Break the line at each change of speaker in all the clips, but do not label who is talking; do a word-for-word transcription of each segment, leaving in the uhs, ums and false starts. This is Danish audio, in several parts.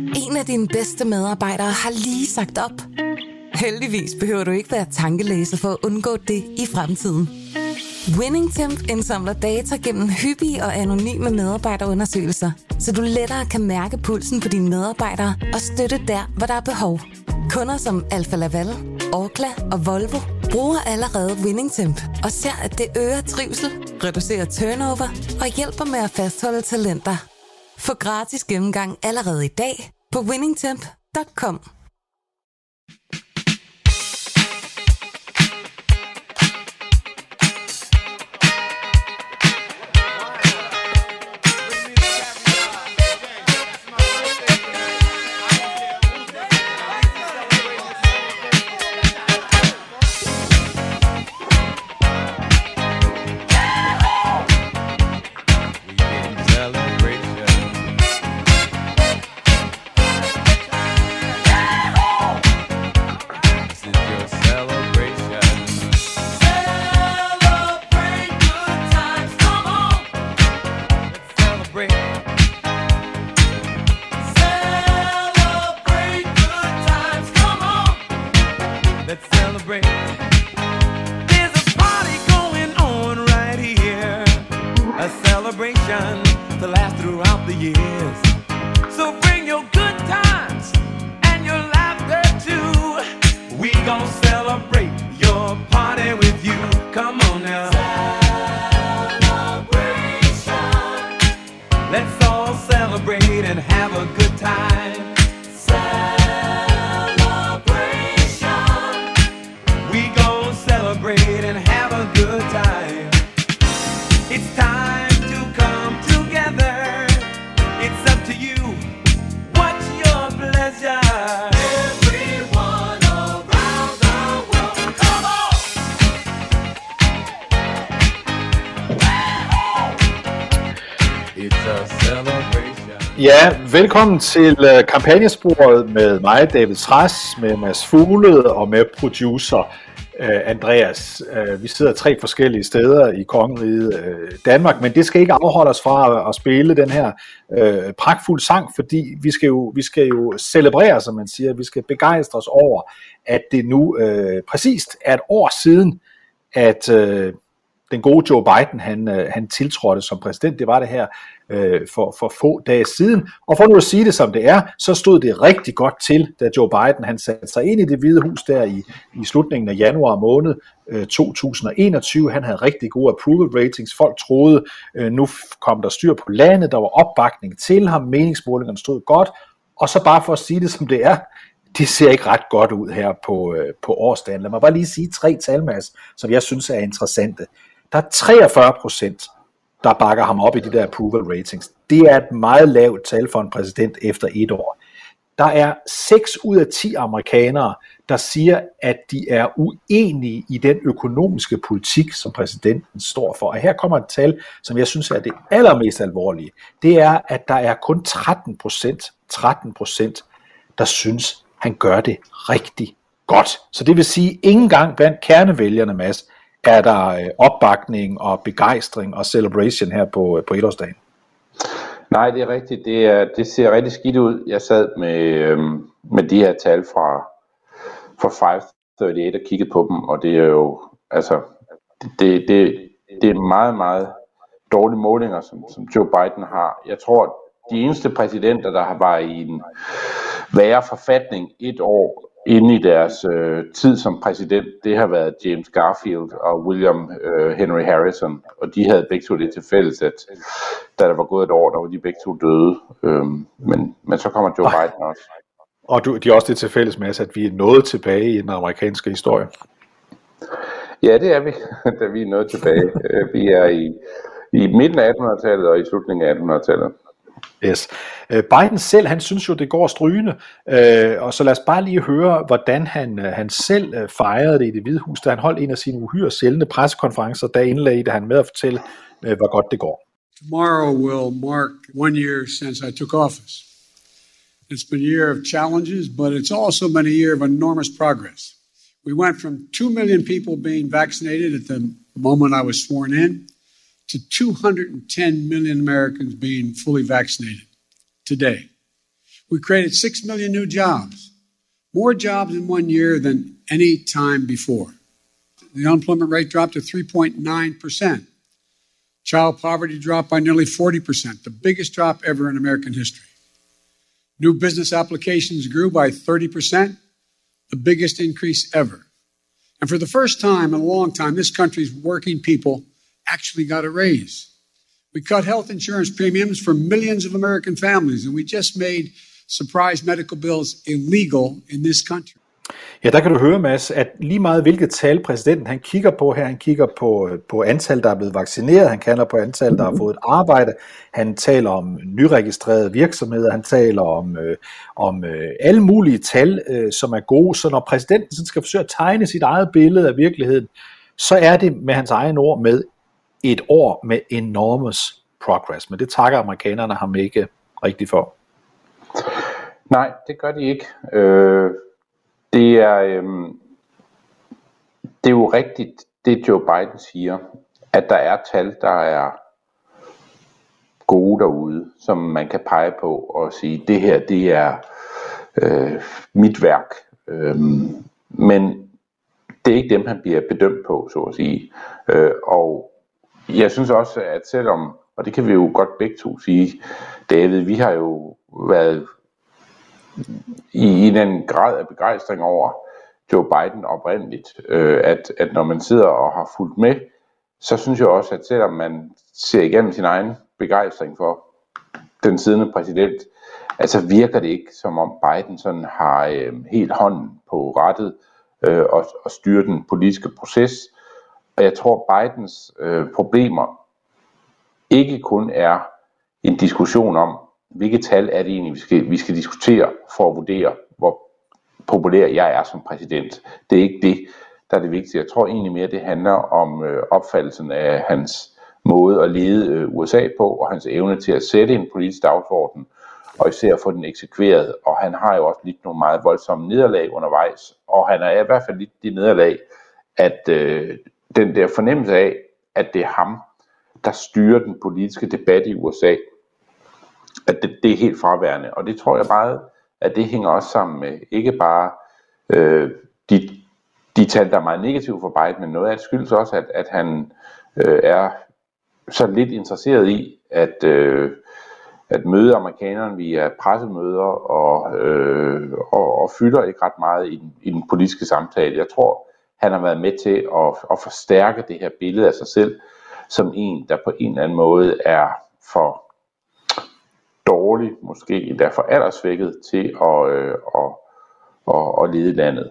En af dine bedste medarbejdere har lige sagt op. Heldigvis behøver du ikke være tankelæser for at undgå det i fremtiden. WinningTemp indsamler data gennem hyppige og anonyme medarbejderundersøgelser, så du lettere kan mærke pulsen på dine medarbejdere og støtte der, hvor der er behov. Kunder som Alfa Laval, Orkla og Volvo bruger allerede WinningTemp og ser, at det øger trivsel, reducerer turnover og hjælper med at fastholde talenter. Få gratis gennemgang allerede i dag på winning temp punktum com.
Ja, velkommen til uh, kampagnesporet med mig, David Trads, med Mads Fuglede og med producer uh, Andreas. Uh, vi sidder tre forskellige steder i kongeriget uh, Danmark, men det skal ikke afholde os fra at, at spille den her uh, pragtfulde sang, fordi vi skal, jo, vi skal jo celebrere, som man siger. Vi skal begejstre os over, at det nu uh, præcist er et år siden, at uh, den gode Joe Biden han, uh, han tiltrådte som præsident. Det var det her For, for få dage siden. Og for nu at sige det som det er, så stod det rigtig godt til, da Joe Biden han satte sig ind i Det Hvide Hus der i, i slutningen af januar måned øh, to tusind og enogtyve. Han havde rigtig gode approval ratings. Folk troede, øh, nu kom der styr på landet, der var opbakning til ham, meningsmålingerne stod godt. Og så bare for at sige det som det er, det ser ikke ret godt ud her på, øh, på årsdagen. Lad mig bare lige sige tre tal, Mads, som jeg synes er interessante. Der er treogfyrre procent der bakker ham op i de der approval ratings. Det er et meget lavt tal for en præsident efter et år. Der er seks ud af ti amerikanere, der siger, at de er uenige i den økonomiske politik, som præsidenten står for. Og her kommer et tal, som jeg synes er det allermest alvorlige. Det er, at der er kun tretten procent, tretten procent, der synes, han gør det rigtig godt. Så det vil sige, at ingen gang blandt kernevælgerne, Mads, er der opbakning og begejstring og celebration her på, på etårsdagen?
Nej, det er rigtigt. Det, er, det ser rigtig skidt ud. Jeg sad med, øhm, med de her tal fra, fra fem treogtredive og kiggede på dem, og det er jo, altså, det, det, det er meget, meget dårlige målinger, som, som Joe Biden har. Jeg tror, de eneste præsidenter, der har været i en værre forfatning et år inde i deres øh, tid som præsident, det har været James Garfield og William øh, Henry Harrison, og de havde begge to det til fælles, at da der var gået et år, der var de begge to døde, øhm, men, men så kommer Joe Biden også.
Og du, de er også det til fælles med, at vi er nået tilbage i den amerikanske historie.
Ja, det er vi, da vi er nået tilbage. Vi er i, i midten af attenhundredetallet og i slutningen af attenhundredetallet.
Yes. Biden selv, han synes jo, det går strygende, og så lad os bare lige høre, hvordan han, han selv fejrede det i Det Hvide Hus, da han holdt en af sine uhyre sjældne pressekonferencer, der indlagde han med at fortælle, hvor godt det går.
Tomorrow will mark one year since I took office. It's been a year of challenges, but it's also been a year of enormous progress. We went from two million people being vaccinated at the moment I was sworn in to two hundred ten million Americans being fully vaccinated today. We created six million new jobs, more jobs in one year than any time before. The unemployment rate dropped to three point nine percent. Child poverty dropped by nearly forty percent, the biggest drop ever in American history. New business applications grew by thirty percent, the biggest increase ever. And for the first time in a long time, this country's working people actually got a raise. We cut health insurance premiums for millions of American families, and we just made surprise medical bills illegal in this country.
Ja, der kan du høre, Mads, at lige meget hvilket tal præsidenten han kigger på her, han kigger på, på antal, der er blevet vaccineret, han kalder på antal, der har fået et arbejde, han taler om nyregistrerede virksomheder, han taler om, øh, om øh, alle mulige tal, øh, som er gode, så når præsidenten sådan skal forsøge at tegne sit eget billede af virkeligheden, så er det med hans egen ord med et år med enormous progress, men det takker amerikanerne ham ikke rigtig for.
Nej, det gør de ikke. Øh... Det er, øhm, det er jo rigtigt, det Joe Biden siger, at der er tal, der er gode derude, som man kan pege på og sige, det her, det er øh, mit værk. Øhm, men det er ikke dem, han bliver bedømt på, så at sige. Øh, og jeg synes også, at selvom, og det kan vi jo godt begge to sige, David, vi har jo været I, i den grad af begejstring over Joe Biden oprindeligt, øh, at, at når man sidder og har fulgt med, så synes jeg også, at selvom man ser igennem sin egen begejstring for den siddende præsident, altså virker det ikke som om Biden sådan har øh, helt hånden på rattet øh, og, og styrer den politiske proces. Og jeg tror, Bidens øh, problemer ikke kun er en diskussion om, hvilke tal er det egentlig, vi skal, vi skal diskutere for at vurdere, hvor populær jeg er som præsident. Det er ikke det, der er det vigtige. Jeg tror egentlig mere, det handler om øh, opfattelsen af hans måde at lede øh, U S A på, og hans evne til at sætte en politisk dagsorden, og især få den eksekveret. Og han har jo også lidt nogle meget voldsomme nederlag undervejs, og han er i hvert fald lidt de nederlag, at øh, den der fornemmelse af, at det er ham, der styrer den politiske debat i U S A, at det, det er helt fraværende. Og det tror jeg bare, at det hænger også sammen med ikke bare øh, de, de tal, der er meget negative for Biden, men noget af det skyldes også, at, at han øh, er så lidt interesseret i at, øh, at møde amerikanerne via pressemøder og, øh, og, og fylder ikke ret meget i den, i den politiske samtale. Jeg tror, han har været med til at, at forstærke det her billede af sig selv som en, der på en eller anden måde er for dårlig, måske endda for aldersvækket til at, øh, at, at, at lede landet.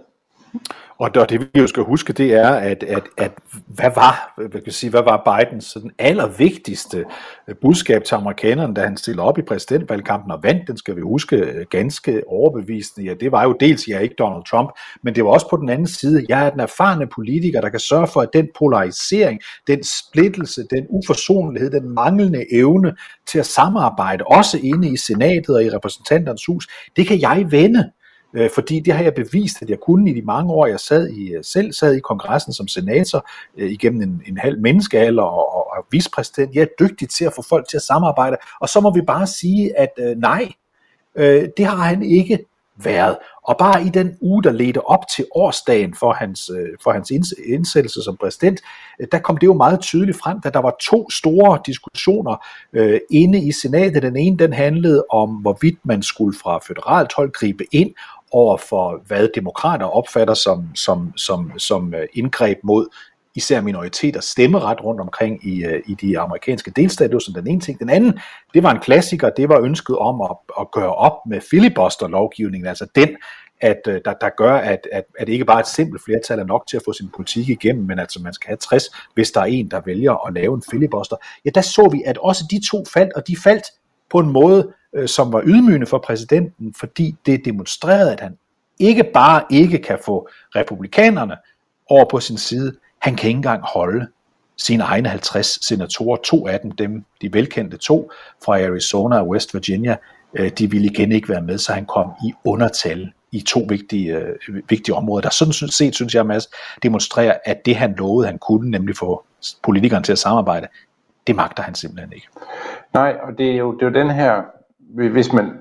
Og det vi jo skal huske, det er, at, at, at hvad var, hvad kan sige, hvad var Bidens sådan allervigtigste budskab til amerikanerne, da han stillede op i præsidentvalgkampen og vandt, den skal vi huske ganske overbevisende. Ja, det var jo dels, jeg er ikke Donald Trump, men det var også på den anden side, jeg er den erfarne politiker, der kan sørge for, at den polarisering, den splittelse, den uforsonlighed, den manglende evne til at samarbejde, også inde i senatet og i repræsentanternes hus, det kan jeg vende. Fordi det har jeg bevist, at jeg kunne i de mange år, jeg sad i, selv sad i kongressen som senator øh, igennem en, en halv menneskealder og, og, og vicepræsident. Jeg er dygtig til at få folk til at samarbejde, og så må vi bare sige, at øh, nej, øh, det har han ikke været. Og bare i den uge, der ledte op til årsdagen for hans, øh, for hans indsættelse som præsident, øh, der kom det jo meget tydeligt frem, at der var to store diskussioner øh, inde i senatet. Den ene, den handlede om, hvorvidt man skulle fra føderalt hold gribe ind over for, hvad demokrater opfatter som, som, som, som indgreb mod især minoriteters stemmeret rundt omkring i, i de amerikanske delstater. Det var sådan den ene ting. Den anden, det var en klassiker, det var ønsket om at, at gøre op med filibuster-lovgivningen, altså den, at, der, der gør, at, at, at ikke bare et simpelt flertal er nok til at få sin politik igennem, men altså man skal have tres, hvis der er en, der vælger at lave en filibuster. Ja, der så vi, at også de to faldt, og de faldt på en måde, som var ydmygende for præsidenten, fordi det demonstrerede, at han ikke bare ikke kan få republikanerne over på sin side, han kan ikke engang holde sine egne halvtreds senatorer, to af dem, dem de velkendte to fra Arizona og West Virginia, de ville igen ikke være med, så han kom i undertal i to vigtige, vigtige områder, der sådan set, synes jeg, Mads, demonstrerer, at det han lovede, han kunne, nemlig få politikerne til at samarbejde, det magter han simpelthen ikke.
Nej, og det er jo, det er jo den her, hvis man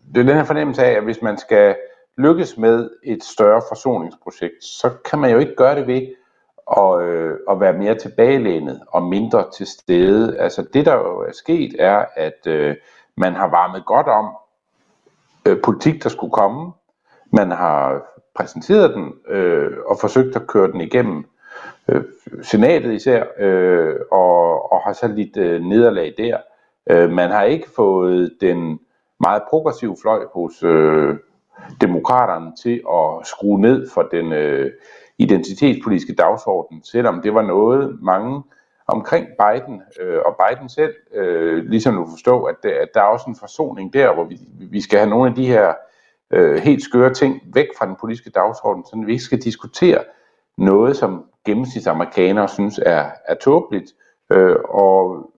det er den her fornemmelse af, at hvis man skal lykkes med et større forsoningsprojekt, så kan man jo ikke gøre det ved at, øh, at være mere tilbagelænet og mindre til stede. Altså det, der jo er sket, er, at øh, man har varmet godt om øh, politik, der skulle komme. Man har præsenteret den øh, og forsøgt at køre den igennem øh, senatet især, øh, og, og har så lidt øh, nederlag der. Øh, man har ikke fået den meget progressive fløj hos øh, demokraterne til at skrue ned for den øh, identitetspolitiske dagsorden, selvom det var noget mange omkring Biden øh, og Biden selv, øh, ligesom du forstår, at, det, at der er også en forsoning der, hvor vi, vi skal have nogle af de her øh, helt skøre ting væk fra den politiske dagsorden, så vi ikke skal diskutere noget, som gennemsnitsamerikanere synes er, er tåbeligt, øh, og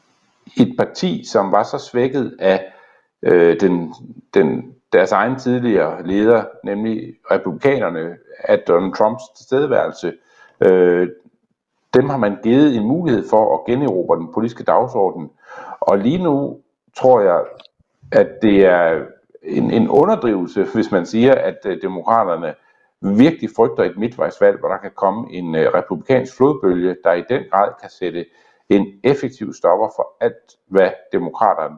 et parti, som var så svækket af øh, den, den, deres egen tidligere leder, nemlig republikanerne, af Donald Trumps tilstedeværelse, øh, dem har man givet en mulighed for at generobre den politiske dagsorden. Og lige nu tror jeg, at det er en, en underdrivelse, hvis man siger, at øh, demokraterne virkelig frygter et midtvejsvalg, hvor der kan komme en øh, republikansk flodbølge, der i den grad kan sætte en effektiv stopper for alt, hvad demokraterne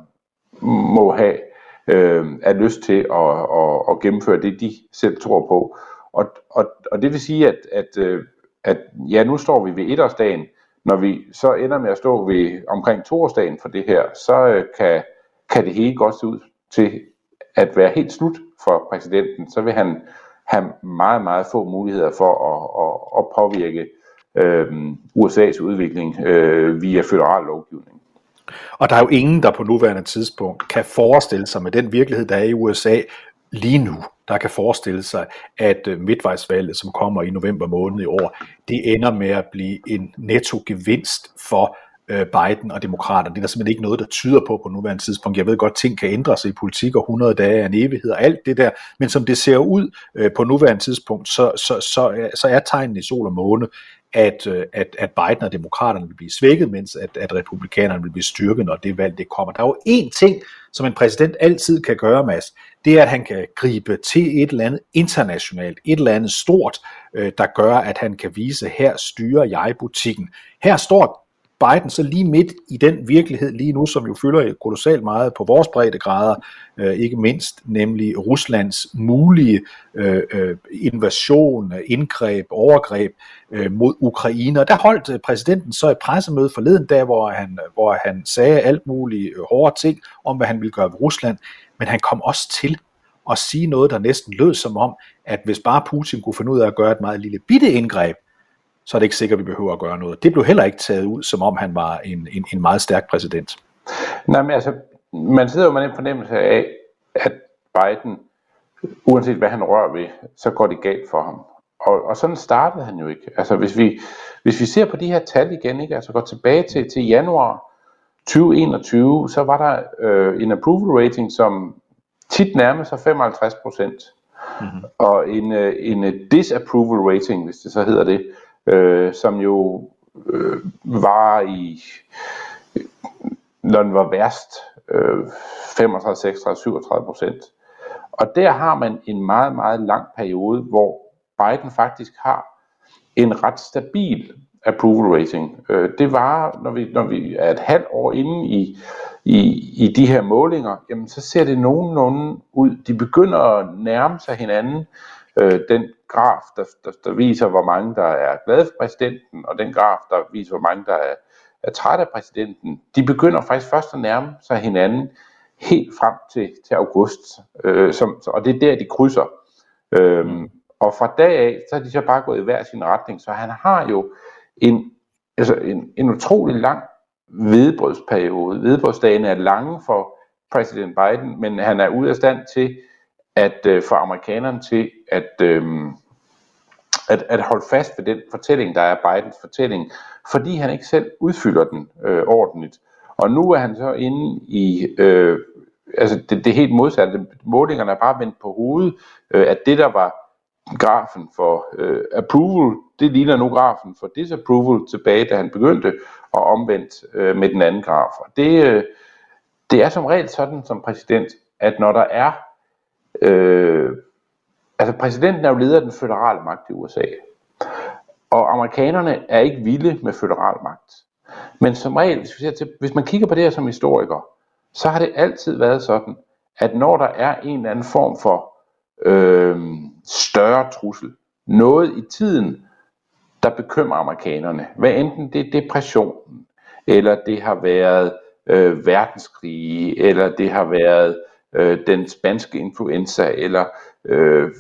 må have øh, af lyst til at, at, at gennemføre det, de selv tror på. Og, og, og det vil sige, at, at, at ja, nu står vi ved etårsdagen. Når vi så ender med at stå ved omkring toårsdagen for det her, så kan, kan det hele godt se ud til at være helt slut for præsidenten. Så vil han have meget, meget få muligheder for at, at, at påvirke øh, U S A's udvikling øh, via føderal lovgivning.
Og der er jo ingen, der på nuværende tidspunkt kan forestille sig med den virkelighed, der er i U S A lige nu, der kan forestille sig, at midtvejsvalget, som kommer i november måned i år, det ender med at blive en netto-gevinst for Biden og demokraterne. Det er der simpelthen ikke noget, der tyder på på nuværende tidspunkt. Jeg ved godt, ting kan ændre sig i politik, og hundrede dage er en evighed og alt det der, men som det ser ud øh, på nuværende tidspunkt, så, så, så, så er tegnen i sol og måne, at, at, at Biden og demokraterne vil blive svækket, mens at, at republikanerne vil blive styrket, når det valg det kommer. Der er jo én ting, som en præsident altid kan gøre, Mads, det er, at han kan gribe til et eller andet internationalt, et eller andet stort, øh, der gør, at han kan vise, her styrer jeg butikken. Her står Biden så lige midt i den virkelighed lige nu, som jo fylder kolossalt meget på vores breddegrader, øh, ikke mindst, nemlig Ruslands mulige øh, øh, invasion, indgreb, overgreb øh, mod Ukraine. Og der holdt præsidenten så et pressemøde forleden dag, hvor han, hvor han sagde alt mulige hårde ting om, hvad han ville gøre ved Rusland, men han kom også til at sige noget, der næsten lød som om, at hvis bare Putin kunne finde ud af at gøre et meget lille bitte indgreb, så er det ikke sikkert, at vi behøver at gøre noget. Det blev heller ikke taget ud, som om han var en, en, en meget stærk præsident.
Nej, men altså, man sidder jo med den fornemmelse af, at Biden, uanset hvad han rører ved, så går det galt for ham. Og, og sådan startede han jo ikke. Altså, hvis vi, hvis vi ser på de her tal igen, ikke? Altså går tilbage til, til januar tyve enogtyve, så var der øh, en approval rating, som tit nærmede sig femoghalvtreds procent. Mm-hmm. Og en, øh, en disapproval rating, hvis det så hedder det, Øh, som jo øh, var i, når den var værst, øh, femogtredive, seksogtredive, syvogtredive procent. Og der har man en meget, meget lang periode, hvor Biden faktisk har en ret stabil approval rating. Øh, det var, når vi, når vi er et halvt år inde i, i, i de her målinger, jamen så ser det nogenlunde ud. De begynder at nærme sig hinanden. Øh, den graf, der, der, der viser, hvor mange der er glade for præsidenten, og den graf, der viser, hvor mange der er, er trætte af præsidenten, de begynder faktisk først at nærme sig hinanden helt frem til, til august. Øh, som, og det er der, de krydser. Øh, og fra dag af, så er de så bare gået i hver sin retning. Så han har jo en, altså en, en utrolig lang hvedebrødsperiode. Hvedebrødsdagene er lange for præsident Biden, men han er ude af stand til at øh, få amerikanerne til at, øh, at, at holde fast ved den fortælling, der er Bidens fortælling, fordi han ikke selv udfylder den øh, ordentligt. Og nu er han så inde i, øh, altså det, det helt modsatte, målingerne er bare vendt på hovedet, øh, at det der var grafen for øh, approval, det ligner nu grafen for disapproval tilbage, da han begyndte, og omvendt øh, med den anden graf. Og det, øh, det er som regel sådan som præsident, at når der er, øh, altså præsidenten er jo leder af den føderale magt i U S A, og amerikanerne er ikke vilde med føderal magt. Men som regel, hvis, vi ser til, hvis man kigger på det her som historiker, så har det altid været sådan, at når der er en eller anden form for øh, større trussel, noget i tiden, der bekymrer amerikanerne, hvad enten det er depressionen, eller det har været øh, verdenskrige, eller det har været øh, den spanske influenza, eller øh,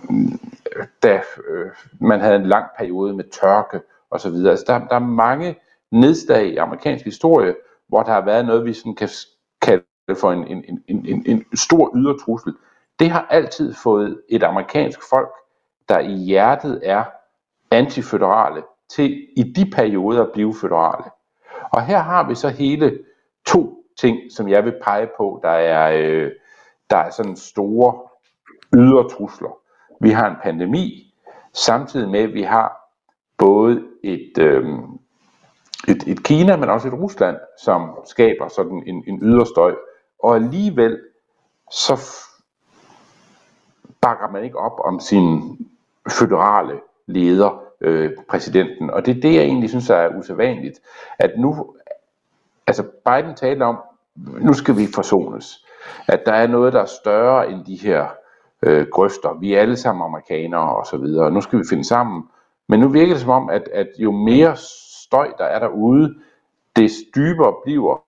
da øh, man havde en lang periode med tørke osv. Altså der, der er mange nedslag i amerikansk historie, hvor der har været noget, vi sådan kan kalde for en, en, en, en, en stor ydre trussel. Det har altid fået et amerikansk folk, der i hjertet er antiføderale, til i de perioder at blive føderale. Og her har vi så hele to ting, som jeg vil pege på, der er, øh, der er sådan store ydre trusler. Vi har en pandemi, samtidig med, at vi har både et, øh, et, et Kina, men også et Rusland, som skaber sådan en, en ydre støj. Og alligevel så f- bakker man ikke op om sin føderale leder, øh, præsidenten. Og det er det, jeg egentlig synes er usædvanligt. At nu, altså Biden taler om, nu skal vi forsones. At der er noget, der er større end de her øh, grøfter. Vi er alle sammen amerikanere og så videre. Nu skal vi finde sammen. Men nu virker det som om, at, at jo mere støj, der er derude, des dybere bliver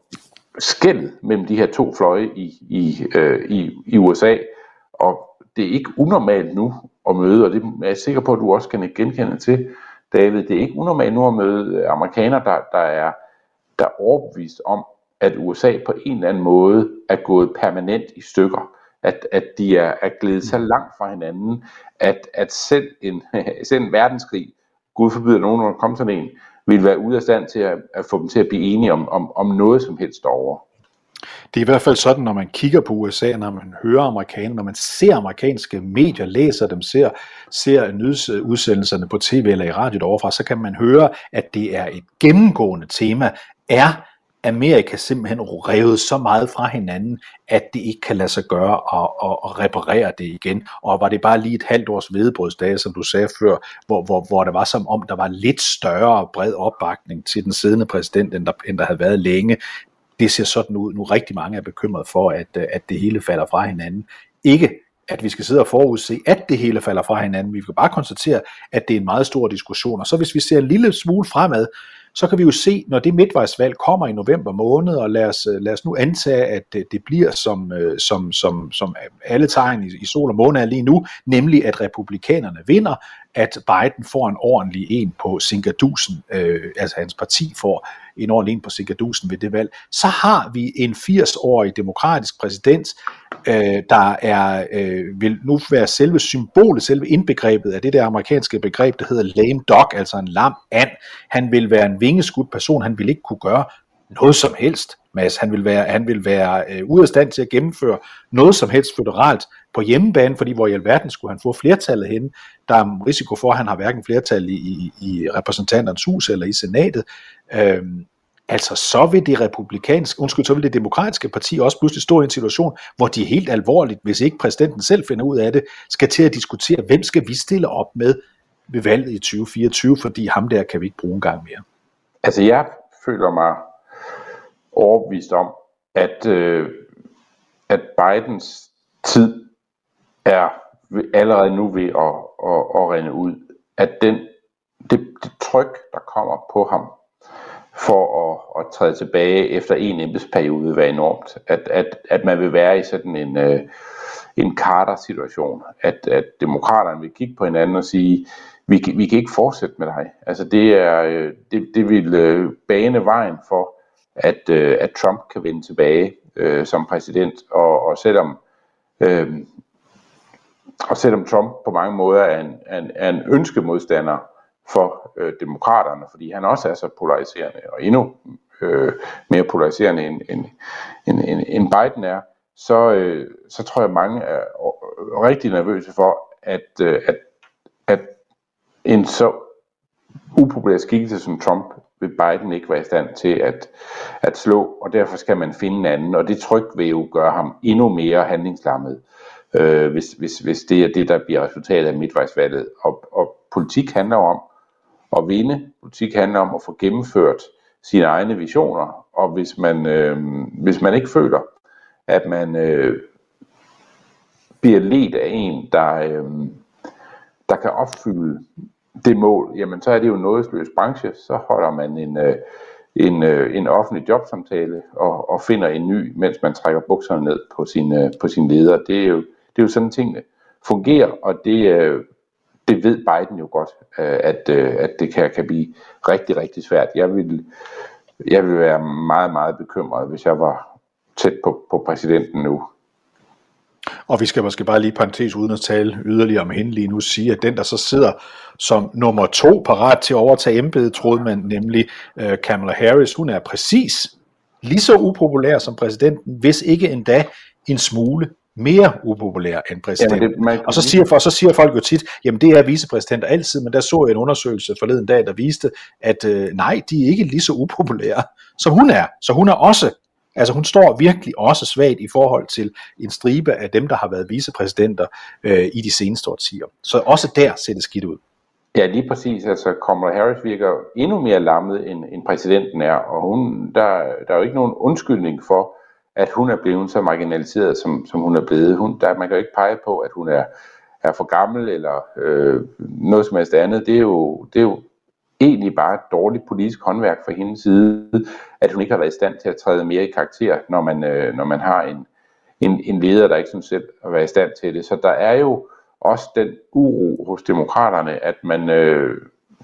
skellet mellem de her to fløje i, i, øh, i, i U S A. Og det er ikke unormalt nu at møde, og det er jeg sikker på, at du også kan genkende til, David. Det er ikke unormalt nu at møde amerikanere, der, der, er, der er overbevist om, at U S A på en eller anden måde er gået permanent i stykker. At, at de er, er glædet så langt fra hinanden, at, at selv, en, selv en verdenskrig, Gud forbyder nogen, når der kommer sådan en, vil være ude af stand til at, at få dem til at blive enige om, om, om noget som helst derovre.
Det er i hvert fald sådan, når man kigger på U S A, når man hører amerikanere, når man ser amerikanske medier, læser dem, ser, ser nyhedsudsendelserne på tv eller i radioet overfra, så kan man høre, at det er et gennemgående tema, er Amerika simpelthen revet så meget fra hinanden, at det ikke kan lade sig gøre at, at, at reparere det igen. Og var det bare lige et halvt års hvedebrødsdage, som du sagde før, hvor, hvor, hvor det var som om, der var lidt større og bred opbakning til den siddende præsident, end der, end der havde været længe. Det ser sådan ud. Nu rigtig mange er bekymret for, at, at det hele falder fra hinanden. Ikke at vi skal sidde og forudse, at det hele falder fra hinanden. Vi kan bare konstatere, at det er en meget stor diskussion. Og så hvis vi ser en lille smule fremad, så kan vi jo se, når det midtvejsvalg kommer i november måned, og lad os, lad os nu antage, at det, det bliver som, som, som, som alle tegn i, i sol og måne er lige nu, nemlig at republikanerne vinder, at Biden får en ordentlig en på Singadusen, øh, altså hans parti får en ordentlig en på Singadusen ved det valg, så har vi en firs-årig demokratisk præsident, øh, der er, øh, vil nu være selve symbolet, selve indbegrebet af det der amerikanske begreb, der hedder lame dog, altså en lam and. Han vil være en vingeskudt person, han vil ikke kunne gøre noget som helst, Mads. Han vil være, han vil være øh, ude af stand til at gennemføre noget som helst føderalt på hjemmebane, fordi hvor i alverden skulle han få flertallet henne. Der er risiko for, at han har hverken flertal i, i, i repræsentanternes hus eller i senatet. Øhm, altså så vil det republikanske, undskyld, så vil det demokratiske parti også pludselig stå i en situation, hvor de helt alvorligt, hvis ikke præsidenten selv finder ud af det, skal til at diskutere, hvem skal vi stille op med ved valget i tyve fireogtyve, fordi ham der kan vi ikke bruge en gang mere.
Altså jeg føler mig overbevist om, at, øh, at Bidens tid er allerede nu ved at, at, at rende ud. At den, det, det tryk, der kommer på ham for at, at træde tilbage efter en embedsperiode, vil være enormt. At, at, at man vil være i sådan en, øh, en Carter-situation. At, at demokraterne vil kigge på hinanden og sige, vi, vi kan ikke fortsætte med dig. Altså det, er, det, det vil øh, bane vejen for, at, øh, at Trump kan vende tilbage øh, som præsident. Og, og selvom øh, Og selvom Trump på mange måder er en, en, er en ønskemodstander for øh, demokraterne, fordi han også er så polariserende, og endnu øh, mere polariserende end, end, end, end Biden er, så, øh, så tror jeg, mange er rigtig nervøse for, at, øh, at, at en så upopulær skikkelse som Trump vil Biden ikke være i stand til at, at slå, og derfor skal man finde en anden, og det tryk vil jo gøre ham endnu mere handlingslammet, øh, hvis, hvis, hvis det er det, der bliver resultatet af midtvejsvalget. Og, og politik handler om at vinde, politik handler om at få gennemført sine egne visioner, og hvis man, øh, hvis man ikke føler, at man øh, bliver ledt af en, der, øh, der kan opfylde det mål, jamen så er det jo en nådesløs branche, så holder man en, øh, en, øh, en offentlig jobsamtale og, og finder en ny, mens man trækker bukserne ned på sin, øh, på sin leder. Det er jo, det er jo sådan tingene fungerer, og det, øh, det ved Biden jo godt, øh, at, øh, at det kan, kan blive rigtig, rigtig svært. Jeg vil, jeg vil være meget, meget bekymret, hvis jeg var tæt på, på præsidenten nu.
Og vi skal måske bare lige parentes uden at tale yderligere om hende lige nu sige, at den der så sidder som nummer to parat til at overtage embedet, troede man nemlig uh, Kamala Harris, hun er præcis lige så upopulær som præsidenten, hvis ikke endda en smule mere upopulær end præsidenten. Jamen det, man... Og så siger, for, så siger folk jo tit, jamen det er vicepræsidenter altid, men der så jeg en undersøgelse forleden dag, der viste, at uh, nej, de er ikke lige så upopulære, som hun er. Så hun er også Altså hun står virkelig også svagt i forhold til en stribe af dem, der har været vicepræsidenter øh, i de seneste årtier. Så også der ser det skidt ud.
Ja, lige præcis. Altså Kamala Harris virker endnu mere lammet, end, end præsidenten er. Og hun, der, der er jo ikke nogen undskyldning for, at hun er blevet så marginaliseret, som, som hun er blevet. Hun, der, man kan jo ikke pege på, at hun er, er for gammel eller øh, noget som helst andet. Det er jo... Det er jo egentlig bare et dårligt politisk håndværk fra hendes side, at hun ikke har været i stand til at træde mere i karakter, når man, øh, når man har en, en, en leder, der ikke synes selv at være i stand til det. Så der er jo også den uro hos demokraterne, at man, øh,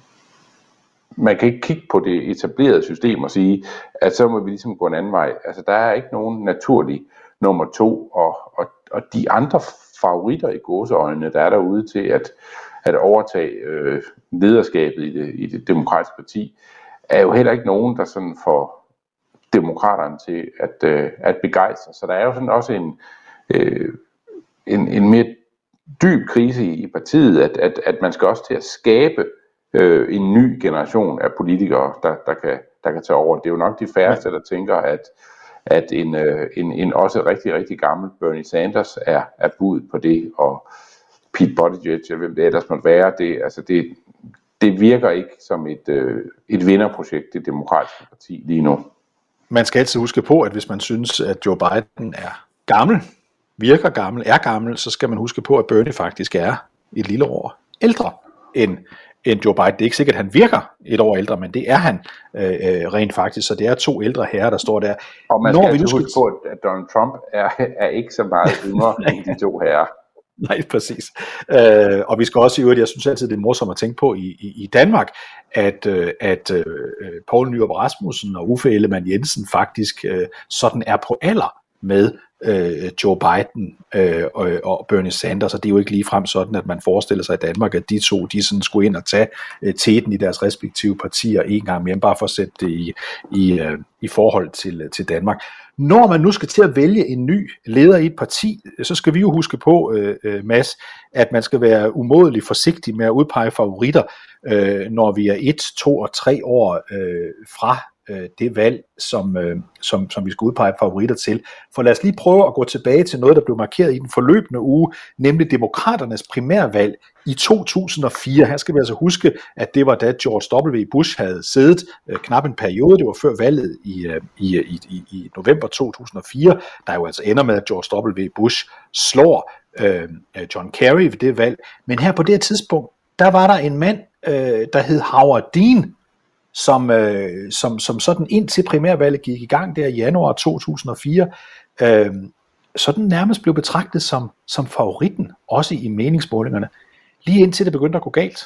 man kan ikke kigge på det etablerede system og sige, at så må vi ligesom gå en anden vej. Altså der er ikke nogen naturlig nummer to, og, og, og de andre favoritter i gåseøjnene, der er derude til at at overtage øh, lederskabet i det, i det demokratiske parti, er jo heller ikke nogen, der sådan får demokraterne til at, øh, at begejstre. Så der er jo sådan også en, øh, en, en mere dyb krise i, i partiet, at, at, at man skal også til at skabe øh, en ny generation af politikere, der, der, kan, der kan tage over. Det er jo nok de færreste, der tænker, at, at en, øh, en, en også rigtig, rigtig gammel Bernie Sanders er, er bud på det, og Pete Buttigieg, eller hvem det ellers måtte være, det, altså det, det virker ikke som et, øh, et vinderprojekt, det demokratiske parti lige nu.
Man skal altid huske på, at hvis man synes, at Joe Biden er gammel, virker gammel, er gammel, så skal man huske på, at Bernie faktisk er et lille år ældre end, end Joe Biden. Det er ikke sikkert, at han virker et år ældre, men det er han øh, rent faktisk, så det er to ældre herrer, der står der.
Og man skal Når vi huske skal... på, at Donald Trump er, er ikke så meget yngre end de to herrer.
Nej, præcis. Øh, og vi skal også i øvrigt, jeg synes altid, det er morsomt at tænke på i, i, i Danmark, at, øh, at øh, Poul Nyrup Rasmussen og Uffe Ellemann-Jensen faktisk øh, sådan er på alder med øh, Joe Biden øh, og, og Bernie Sanders, og det er jo ikke ligefrem sådan, at man forestiller sig i Danmark, at de to, de sådan skulle ind og tage øh, teten i deres respektive partier en gang mere, bare for at sætte det i, i, øh, i forhold til, til Danmark. Når man nu skal til at vælge en ny leder i et parti, så skal vi jo huske på, øh, Mads, at man skal være umådelig forsigtig med at udpege favoritter, øh, når vi er et, to og tre år øh, fra øh, det valg, som, øh, som, som vi skal udpege favoritter til. For lad os lige prøve at gå tilbage til noget, der blev markeret i den forløbende uge, nemlig demokraternes primærvalg i to tusind og fire. Her skal vi altså huske, at det var da George W. Bush havde siddet øh, knap en periode. Det var før valget i, øh, i, i, i november to tusind og fire, der jo altså ender med, at George W. Bush slår øh, John Kerry ved det valg. Men her på det her tidspunkt, der var der en mand, øh, der hed Howard Dean, som, øh, som, som sådan indtil primærvalget gik i gang der i januar to tusind og fire, øh, sådan nærmest blev betragtet som, som favoritten, også i meningsmålingerne, lige indtil det begyndte at gå galt.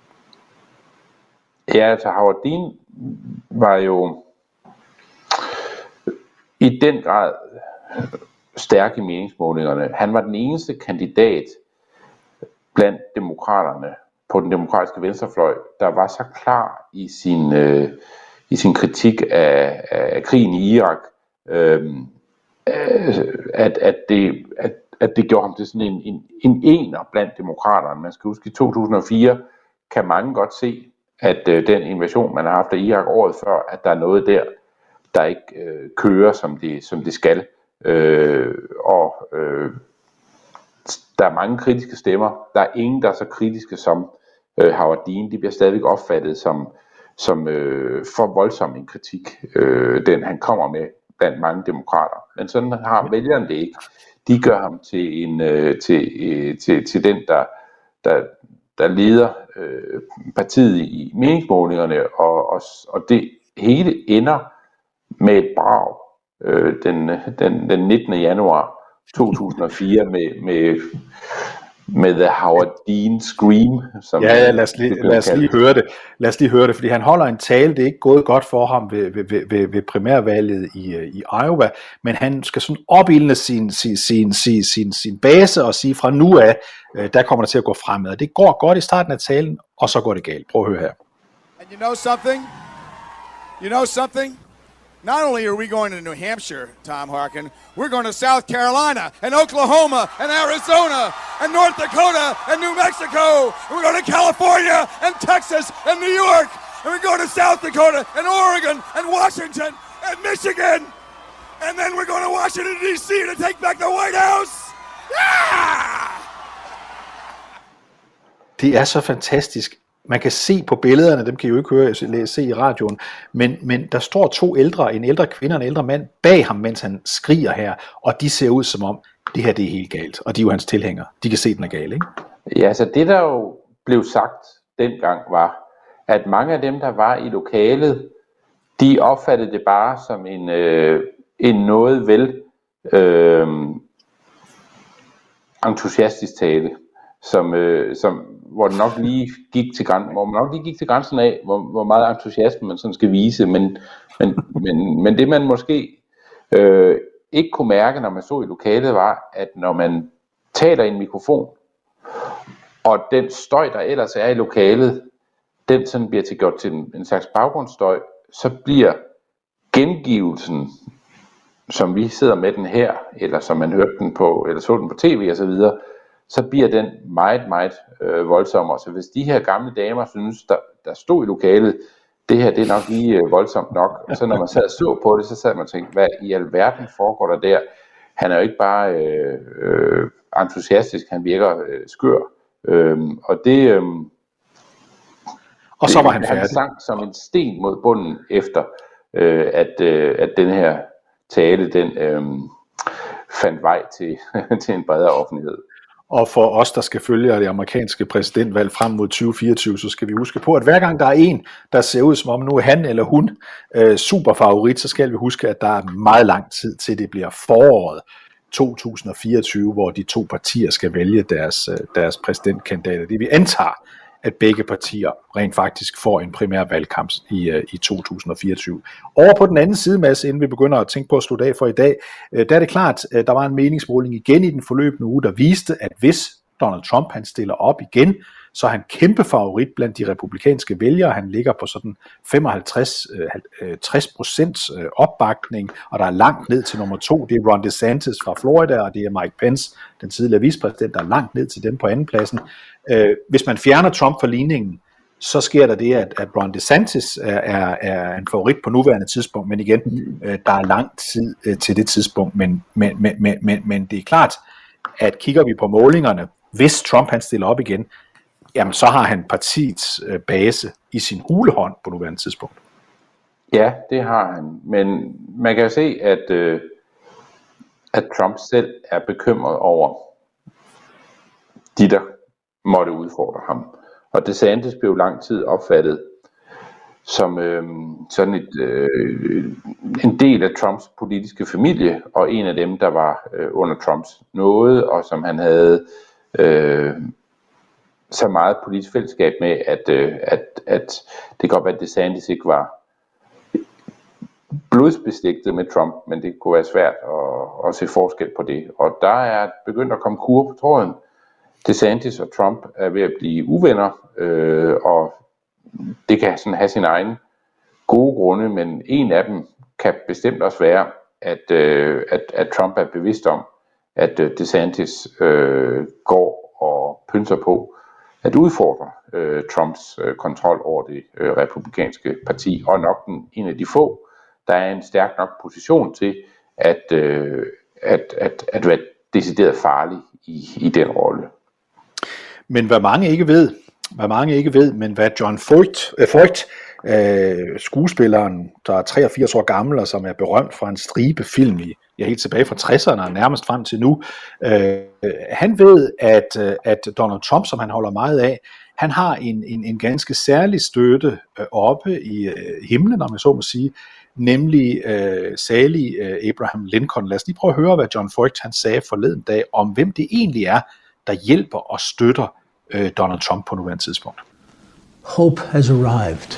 Ja, altså Howard Dean var jo i den grad stærk i meningsmålingerne. Han var den eneste kandidat blandt demokraterne på den demokratiske venstrefløj, der var så klar i sin, øh, i sin kritik af, af krigen i Irak, øh, at, at, det, at, at det gjorde ham til sådan en, en, en ener blandt demokraterne. Man skal huske, i to tusind og fire kan mange godt se, at øh, den invasion, man har haft af Irak året før, at der er noget der, der ikke øh, kører, som de, som de skal. Øh, og øh, der er mange kritiske stemmer. Der er ingen, der er så kritiske som øh, Howard Dean. De bliver stadigvæk opfattet som, som øh, for voldsom en kritik, øh, den han kommer med blandt mange demokrater. Men sådan har vælgerne det ikke. De gør ham til en øh, til, øh, til til den der der der leder øh, partiet i meningsmålingerne, og, og og det hele ender med et brag øh, den den den nittende januar to tusind og fire med med med The Howard Dean Scream, som
ja, ja, lad os lige, lad os lige høre det. Lad os lige høre det, fordi han holder en tale. Det er ikke gået godt for ham ved, ved, ved, ved primærvalget i, i Iowa, men han skal sådan opildne sin, sin, sin, sin, sin, sin base og sige, fra nu af, der kommer det til at gå fremad. Det går godt i starten af talen, og så går det galt. Prøv at høre her.
And you know something? You know something? Not only are we going to New Hampshire, Tom Harkin, we're going to South Carolina and Oklahoma and Arizona and North Dakota and New Mexico. And we're going to California and Texas and New York. And we're going to South Dakota and Oregon and Washington and Michigan. And then we're going to Washington, D C to take back the White House. Yeah!
Det er så fantastisk. Man kan se på billederne, dem kan I jo ikke høre, se i radioen, men, men der står to ældre, en ældre kvinde og en ældre mand bag ham, mens han skriger her, og de ser ud som om, det her det er helt galt, og de er jo hans tilhængere. De kan se, den er gal, ikke?
Ja, så det der jo blev sagt dengang var, at mange af dem, der var i lokalet, de opfattede det bare som en, øh, en noget vel øh, entusiastisk tale, som, øh, som hvor det nok lige gik til grænsen, hvor man nok lige gik til grænsen af, hvor, hvor meget entusiasme man sådan skal vise, men, men, men, men det man måske øh, ikke kunne mærke, når man stod i lokalet, var, at når man taler i en mikrofon, og den støj, der ellers er i lokalet, den sådan bliver til gjort til en, en slags baggrundsstøj, så bliver gengivelsen, som vi sidder med den her, eller som man hørte den på, eller så den på tv og så videre, så bliver den meget, meget øh, voldsommere. Så hvis de her gamle damer synes, der, der stod i lokalet, det her det er nok lige øh, voldsomt nok. Og så når man sad og så på det, så sad man og tænkte, hvad i alverden foregår der der? Han er jo ikke bare øh, øh, entusiastisk, han virker øh, skør. Øhm, og det... Øh,
og så var han færdig.
Han sang som en sten mod bunden efter, øh, at, øh, at den her tale, den øh, fandt vej til, til en bredere offentlighed.
Og for os, der skal følge det amerikanske præsidentvalg frem mod tyve fireogtyve, så skal vi huske på, at hver gang der er en, der ser ud som om nu er han eller hun øh, superfavorit, så skal vi huske, at der er meget lang tid til det bliver foråret to tusind og fireogtyve, hvor de to partier skal vælge deres, deres præsidentkandidater. Det vi antager, at begge partier rent faktisk får en primær valgkamp i, i to tusind og fireogtyve. Over på den anden side, Mads, inden vi begynder at tænke på at slutte af for i dag, der er det klart, der var en meningsmåling igen i den forløbende uge, der viste, at hvis Donald Trump han stiller op igen, så er han kæmpe favorit blandt de republikanske vælgere. Han ligger på sådan femoghalvtreds til tres procent opbakning, og der er langt ned til nummer to. Det er Ron DeSantis fra Florida, og det er Mike Pence, den tidligere vicepræsident, der er langt ned til dem på andenpladsen. Hvis man fjerner Trump fra ligningen, så sker der det, at, at Ron DeSantis er, er, er en favorit på nuværende tidspunkt, men igen, der er lang tid til det tidspunkt, men, men, men, men, men det er klart, at kigger vi på målingerne, hvis Trump han stiller op igen, jamen så har han partiets base i sin hulehånd på nuværende tidspunkt.
Ja, det har han, men man kan jo se, at, øh, at Trump selv er bekymret over de, der måtte udfordre ham. Og DeSantis blev lang tid opfattet som øh, sådan et, øh, en del af Trumps politiske familie, og en af dem, der var øh, under Trumps nåde, og som han havde øh, så meget politisk fællesskab med, at, øh, at, at det godt være, at DeSantis ikke var blodsbestigtet med Trump, men det kunne være svært at, at se forskel på det. Og der er begyndt at komme kurve på tråden. DeSantis og Trump er ved at blive uvenner, øh, og det kan sådan have sin egen gode grunde, men en af dem kan bestemt også være, at, øh, at, at Trump er bevidst om, at øh, DeSantis øh, går og pynser på at udfordre øh, Trumps øh, kontrol over det øh, republikanske parti, og nok den, en af de få, der er en stærk nok position til at, øh, at, at, at være decideret farlig i, i den rolle.
Men hvad mange ikke ved, hvad mange ikke ved, men hvad John Voight, øh, Voight øh, skuespilleren, der er treogfirs år gammel, og som er berømt for en stribe film i, ja, helt tilbage fra tresserne og nærmest frem til nu, øh, han ved, at, at Donald Trump, som han holder meget af, han har en, en, en ganske særlig støtte øh, oppe i øh, himlen, om jeg så må sige, nemlig øh, salig øh, Abraham Lincoln. Lad os lige prøve at høre, hvad John Voight han sagde forleden dag, om hvem det egentlig er, der hjælper og støtter øh, Donald Trump på nuværende tidspunkt.
Hope has arrived,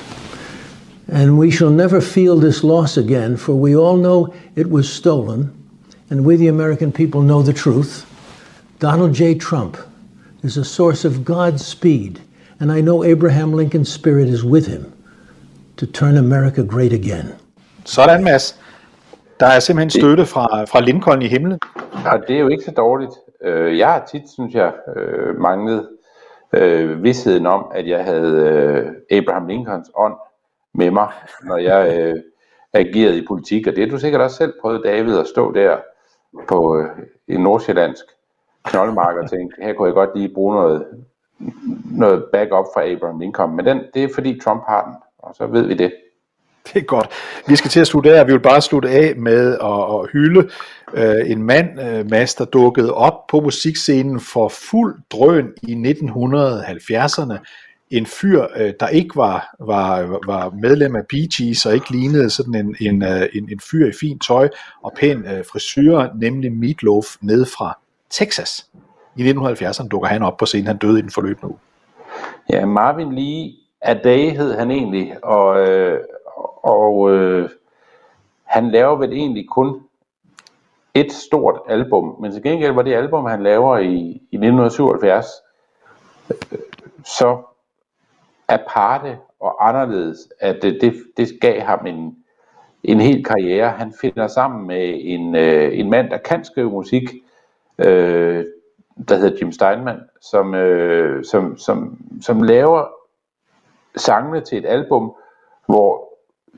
and we shall never feel this loss again, for we all know it was stolen, and we the American people know the truth. Donald J. Trump is a source of God's speed, and I know Abraham Lincoln's spirit is with him to turn America great again.
Sådan, Mads. Der er simpelthen støtte fra, fra Lincoln i himlen.
Og det er jo ikke så dårligt. Jeg har tit, synes jeg, manglet øh, vidsheden om, at jeg havde øh, Abraham Lincolns ånd med mig, når jeg øh, agerede i politik. Og det har du sikkert også selv prøvet, David, at stå der på øh, en nordsjællandsk knoldmark og tænke, her kunne jeg godt lige bruge noget, noget backup fra Abraham Lincoln. Men den, det er fordi Trump har den, og så ved vi det.
Det er godt. Vi skal til at slutte af. Vi vil bare slutte af med at, at hylde øh, en mand, øh, Mads, der dukkede op på musikscenen for fuld drøn i nitten halvfjerdserne. En fyr, øh, der ikke var, var, var medlem af Bee Gees og ikke lignede sådan en, en, en, en fyr i fint tøj og pæn øh, frisyrer, nemlig Meat Loaf ned fra Texas. I nitten halvfjerdserne dukker han op på scenen. Han døde i den forløbende uge.
Ja, Marvin Lee Aday hed han egentlig, og øh, Og øh, han laver vel egentlig kun et stort album, men til gengæld var det album, han laver i, i nitten syvoghalvfjerds, øh, så aparte og anderledes, at det, det, det gav ham en, en hel karriere. Han finder sammen med en, øh, en mand, der kan skrive musik, øh, der hedder Jim Steinman, som, øh, som, som, som laver sangene til et album, hvor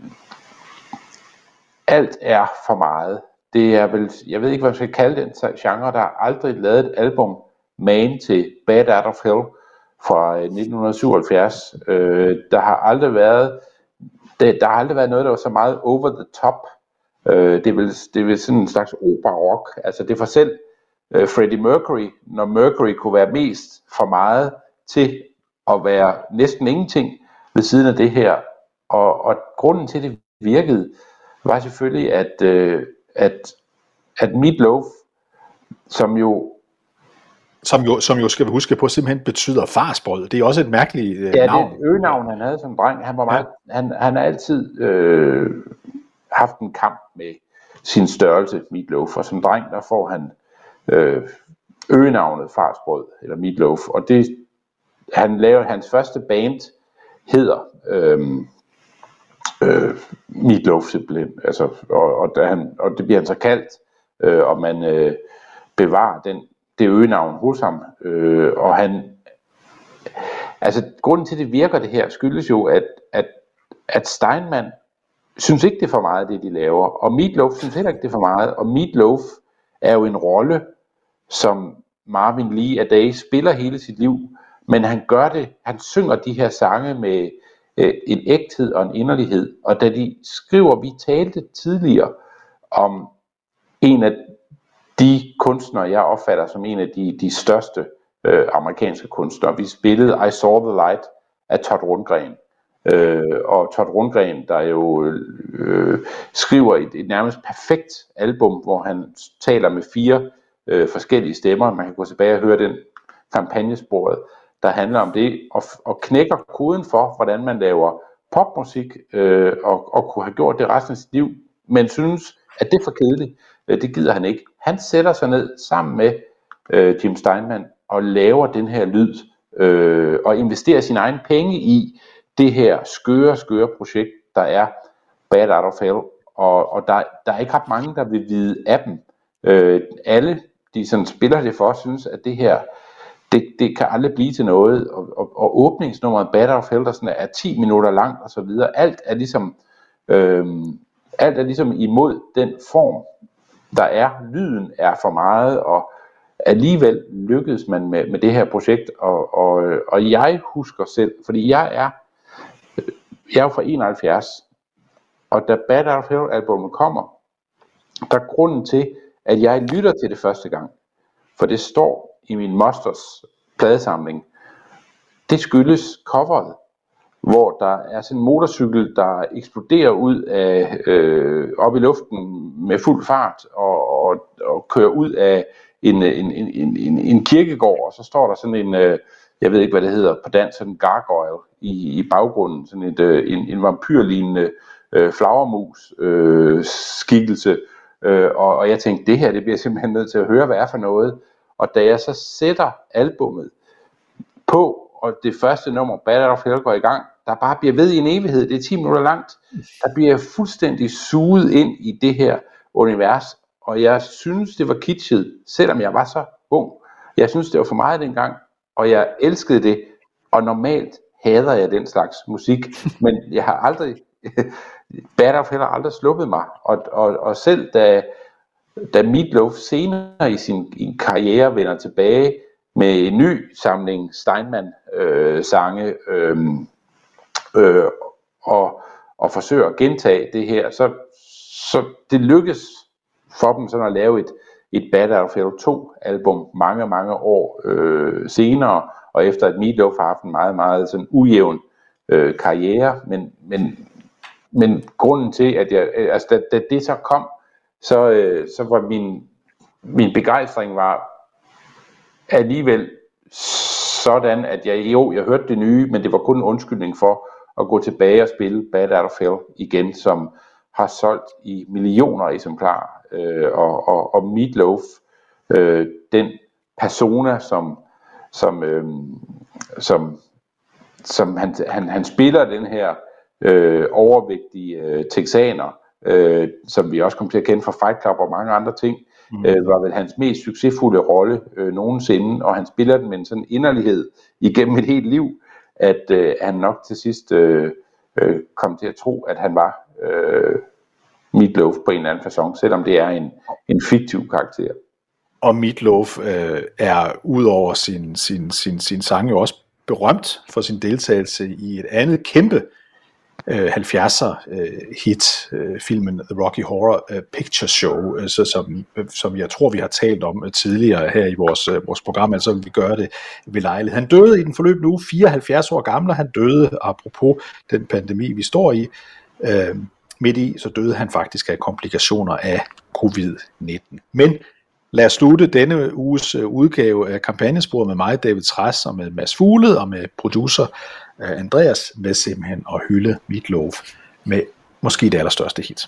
alt er for meget. Det er vel, jeg ved ikke, hvad man skal kalde den genre, der har aldrig lavet et album magen til Bad Out of Hell fra nitten syvoghalvfjerds. Øh, der har aldrig været, det, der har aldrig været noget, der var så meget over the top. Øh, det er vel, det er vel sådan en slags opera-rock. Altså det er for selv øh, Freddie Mercury, når Mercury kunne være mest for meget til at være næsten ingenting ved siden af det her. Og, og grunden til det virkede, var selvfølgelig, at, øh, at, at Meat Loaf, som jo,
som jo som jo skal vi huske på, simpelthen betyder farsbrød. Det er også et mærkeligt øh,
ja,
navn.
Ja, det er et øgenavn, han havde som dreng. Han var meget, ja. han, han har altid øh, haft en kamp med sin størrelse, Meat Loaf, og som dreng, der får han øh, øgenavnet farsbrød, eller Meat Loaf, og det, han laver, hans første band hedder øh, Øh, Meat Loaf simpelthen, altså, og, og, da han, og det bliver han så kaldt, øh, og man øh, bevarer den, det øgenavn hos ham, øh, og han, altså grunden til det virker det her, skyldes jo, at, at, at Steinman synes ikke det er for meget det de laver, og Meat Loaf synes heller ikke det er for meget, og Meat Loaf er jo en rolle, som Marvin Lee Aday spiller hele sit liv, men han gør det, han synger de her sange med en ægthed og en inderlighed, og da de skriver, vi talte tidligere om en af de kunstnere, jeg opfatter som en af de, de største øh, amerikanske kunstnere. Vi spillede I Saw the Light af Todd Rundgren, øh, og Todd Rundgren, der jo øh, skriver et, et nærmest perfekt album, hvor han taler med fire øh, forskellige stemmer. Man kan gå tilbage og høre den kampagnesporet, der handler om det, og, og knækker koden for, hvordan man laver popmusik, øh, og, og kunne have gjort det resten af sit liv, men synes, at det er for kedeligt. Øh, det gider han ikke. Han sætter sig ned sammen med øh, Jim Steinman, og laver den her lyd, øh, og investerer sine egne penge i det her skøre, skøre projekt, der er Bad Out of Hell, og, og der, der er ikke ret mange, der vil vide af dem. Øh, alle, de sådan spiller det for, synes, at det her det, det kan aldrig blive til noget, og, og, og åbningsnummeret Battle of Heldersen er ti minutter langt og så videre. Alt er ligesom øh, alt er ligesom imod den form, der er. Lyden er for meget, og alligevel lykkedes man med, med det her projekt, og, og, og jeg husker selv, fordi jeg er jeg er jo fra enoghalvfjerds, og da Battle of Hell albumet kommer, der er grunden til, at jeg lytter til det første gang, for det står i min mosters pladesamling, det skyldes coveret, hvor der er sådan en motorcykel, der eksploderer ud af øh, op i luften med fuld fart og, og, og kører ud af en, en, en, en, en kirkegård, og så står der sådan en, øh, jeg ved ikke hvad det hedder på dansk, sådan en gargoyle i, i baggrunden, sådan et, øh, en, en vampyrlignende øh, flagermus øh, skikkelse, øh, og, og jeg tænkte, det her, det bliver jeg simpelthen nødt til at høre, hvad er for noget, og da jeg så sætter albummet på, og det første nummer, Battle of Hell, går i gang, der bare bliver ved i en evighed, det er ti minutter langt, der bliver jeg fuldstændig suget ind i det her univers, og jeg synes, det var kitschet, selvom jeg var så ung. Jeg synes, det var for meget dengang, og jeg elskede det, og normalt hader jeg den slags musik, men jeg har aldrig, Battle of Hell har aldrig sluppet mig, og, og, og selv da, da Meatloaf senere i sin i karriere vender tilbage med en ny samling Steinman-sange, øh, øh, øh, og, og forsøger at gentage det her, så, så det lykkes for dem sådan at lave et, et Battle of Hell to album mange, mange år øh, senere, og efter at Meatloaf har haft en meget, meget sådan ujævn øh, karriere, men, men, men grunden til, at jeg, altså da, da det så kom, så, øh, så var min, min begejstring var alligevel sådan, at jeg jo, jeg hørte det nye, men det var kun en undskyldning for at gå tilbage og spille Battle of Hell igen, som har solgt i millioner eksemplarer, øh, og, og, og Meatloaf, øh, den persona, som, som, øh, som, som han, han, han spiller den her øh, overvægtige øh, texaner, øh, som vi også kommer til at kende fra Fight Club og mange andre ting, mm. øh, var vel hans mest succesfulde rolle øh, nogensinde, og han spiller den med en sådan inderlighed igennem et helt liv, at øh, han nok til sidst øh, øh, kom til at tro, at han var øh, Meatloaf på en eller anden facon, selvom det er en, en fiktiv karakter.
Og Meatloaf øh, er udover sin, sin, sin, sin sang jo også berømt for sin deltagelse i et andet kæmpe øh, halvfjerdser øh, hit, øh, filmen The Rocky Horror øh, Picture Show, øh, så, som, øh, som jeg tror vi har talt om øh, tidligere her i vores, øh, vores program, altså vi gør det ved lejlighed. Han døde i den forløbende uge, fireoghalvfjerds år gammel, og han døde, apropos den pandemi vi står i, øh, midt i, så døde han faktisk af komplikationer af covid nitten. Men lad os slutte denne uges udgave af kampagnesporet med mig, David Trads, og med Mads Fuglede og med producer Andreas, ved simpelthen at hylde Meatloaf med måske det allerstørste hit.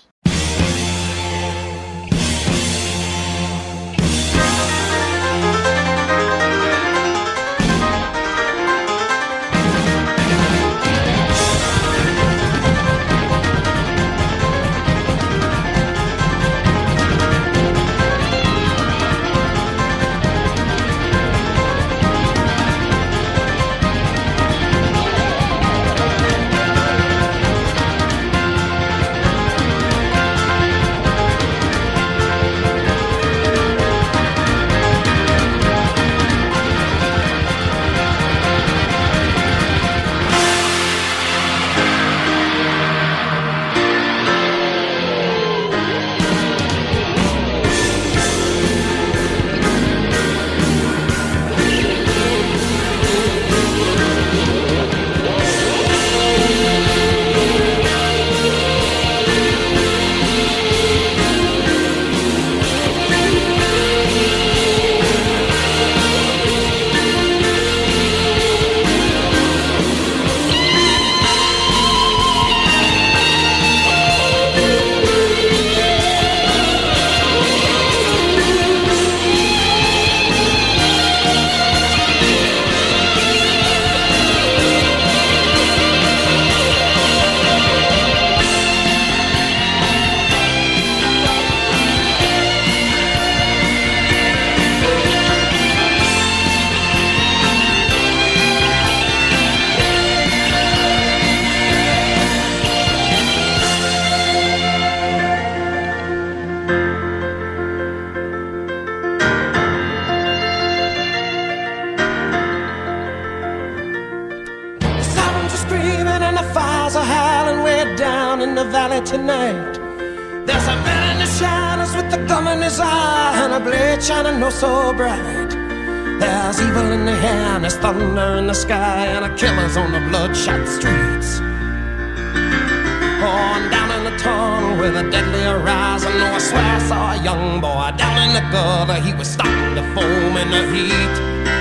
the valley tonight. There's a man in the shadows with the gum in his eye and a blade shining no so bright. There's evil in the air and there's thunder in the sky and a killer's on the bloodshot streets. Oh, and down in the tunnel with a deadly horizon, oh, I swear I saw a young boy down in the gutter. He was starting to foam in the heat.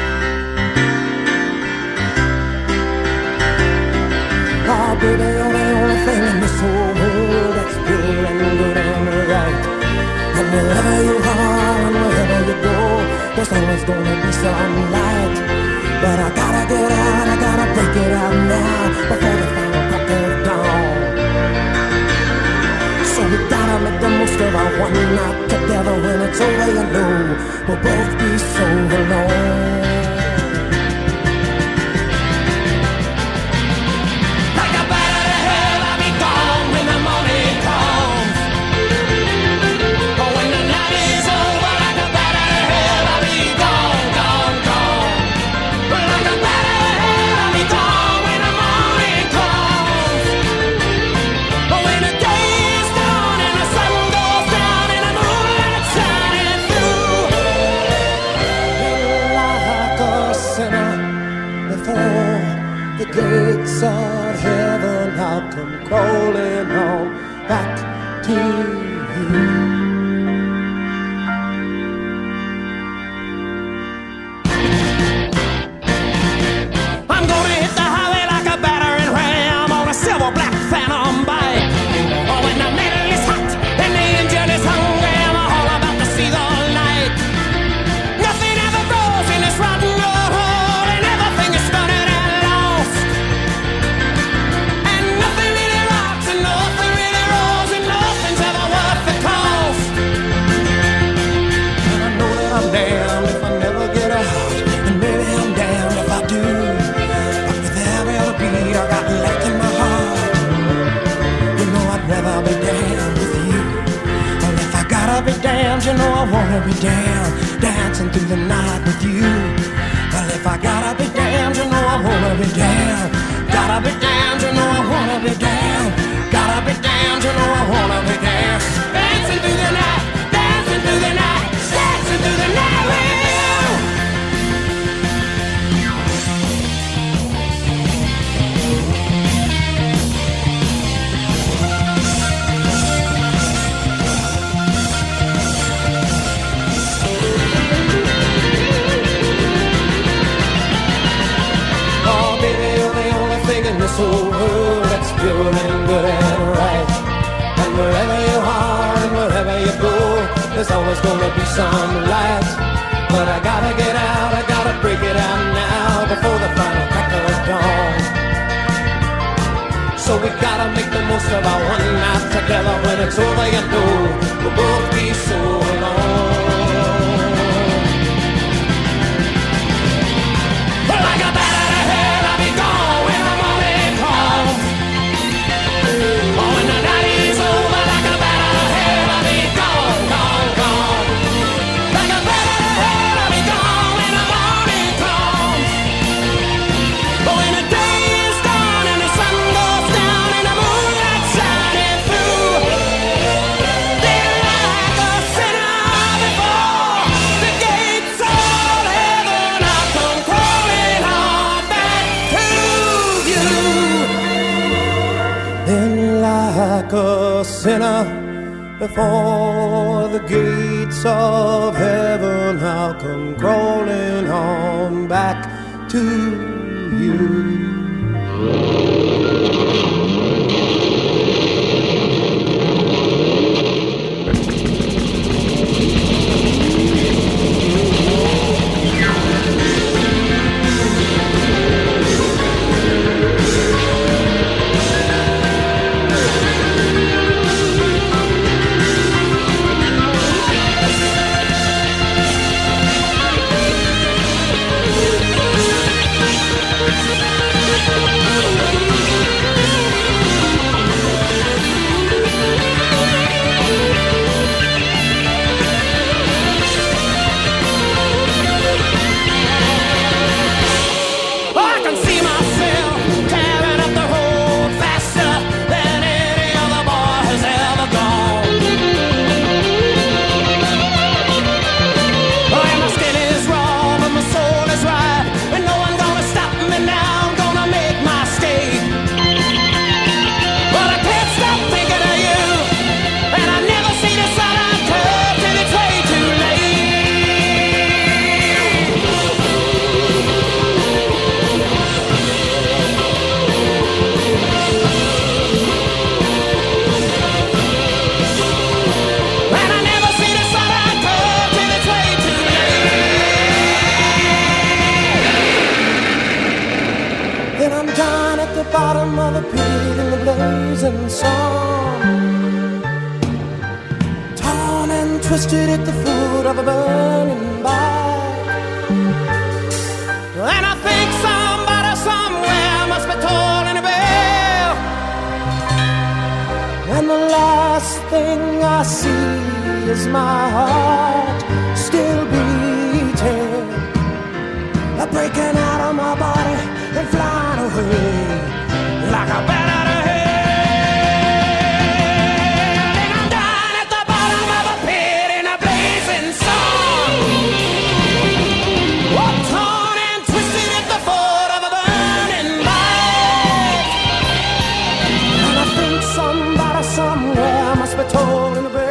Oh, baby, you're the only thing in this whole world that's pure and good and right. And wherever you are and wherever you go, there's always gonna be some light. But I gotta get out, I gotta break it out now before the final crack of dawn. So we gotta make the most of our one night together. When it's over, you know we'll both be so alone. Gates of heaven, I'll come crawling on back to you. I'm gonna hit the highway like a battering ram on a silver black phantom bike. Oh, when the metal is hot and the engine is hungry, I'm all about to see the light. Nothing ever grows in this rotten old hole and everything is funny. Damned if I never get out, and maybe I'm damned if I do. But with every other beat I got left in my heart, you know I'd rather be damned with you. Well, if I gotta be damned, you know I wanna be damned, dancing through the night with you. Well, if I gotta be damned, you know I wanna be damned. Gotta be damned, you know I wanna be damned. Gotta be damned, you know I wanna be damned. Dancing through the night, dancing through the night. Through the night with oh, baby, you're the only thing in this whole world that's pure and good and right. And wherever you are and wherever you go, there's always gonna be some light. But I gotta get out, I gotta break it out now before the final crack of dawn. So we gotta make the most of our one night together. When it's over, you know we'll both be so alone. Well, like a bat out of hell, I'll be gone when the morning comes. Oh, when the night is over, like a bat out of hell, I'll be gone, gone, gone. Like a bat out of hell, I'll be gone when the morning comes. But when the day is done and the sun goes down and the moonlight shining through, they're like a sinner before the gates of heaven. I'll come crawling on back to you. Then like a sinner before the gates of heaven, I'll come crawling on back to you.
bottom of a pit in the blazing sun, torn and twisted at the foot of a burning bark. And I think somebody somewhere must be tolling a bell, and the last thing I see is my heart still beating, breaking out of my body and flying away like a bat out of hell. And I'm down at the bottom of a pit in a blazing sun, oh, torn and twisted at the foot of a burning light. And I think somebody somewhere must be tolling a bell.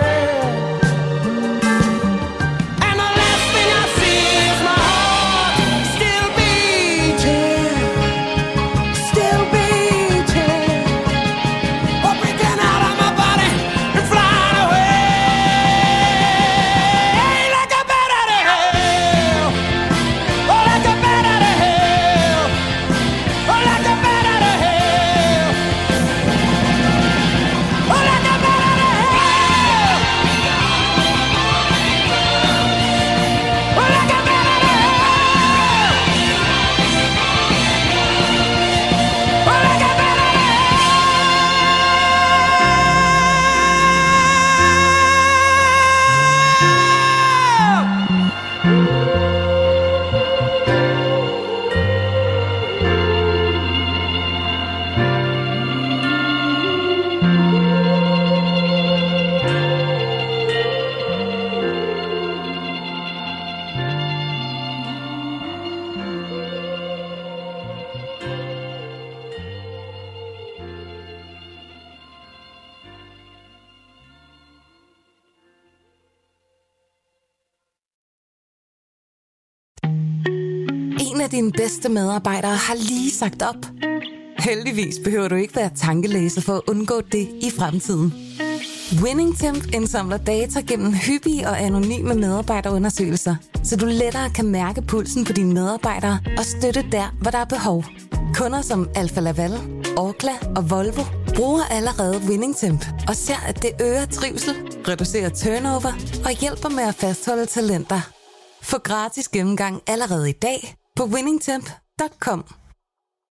En af dine bedste medarbejdere har lige sagt op. Heldigvis behøver du ikke være tankelæser for at undgå det i fremtiden. WinningTemp indsamler data gennem hyppige og anonyme medarbejderundersøgelser, så du lettere kan mærke pulsen på dine medarbejdere og støtte der, hvor der er behov. Kunder som Alfa Laval, Orkla og Volvo bruger allerede WinningTemp og ser, at det øger trivsel, reducerer turnover og hjælper med at fastholde talenter. Få gratis gennemgang allerede i dag på winningtemp punktum com.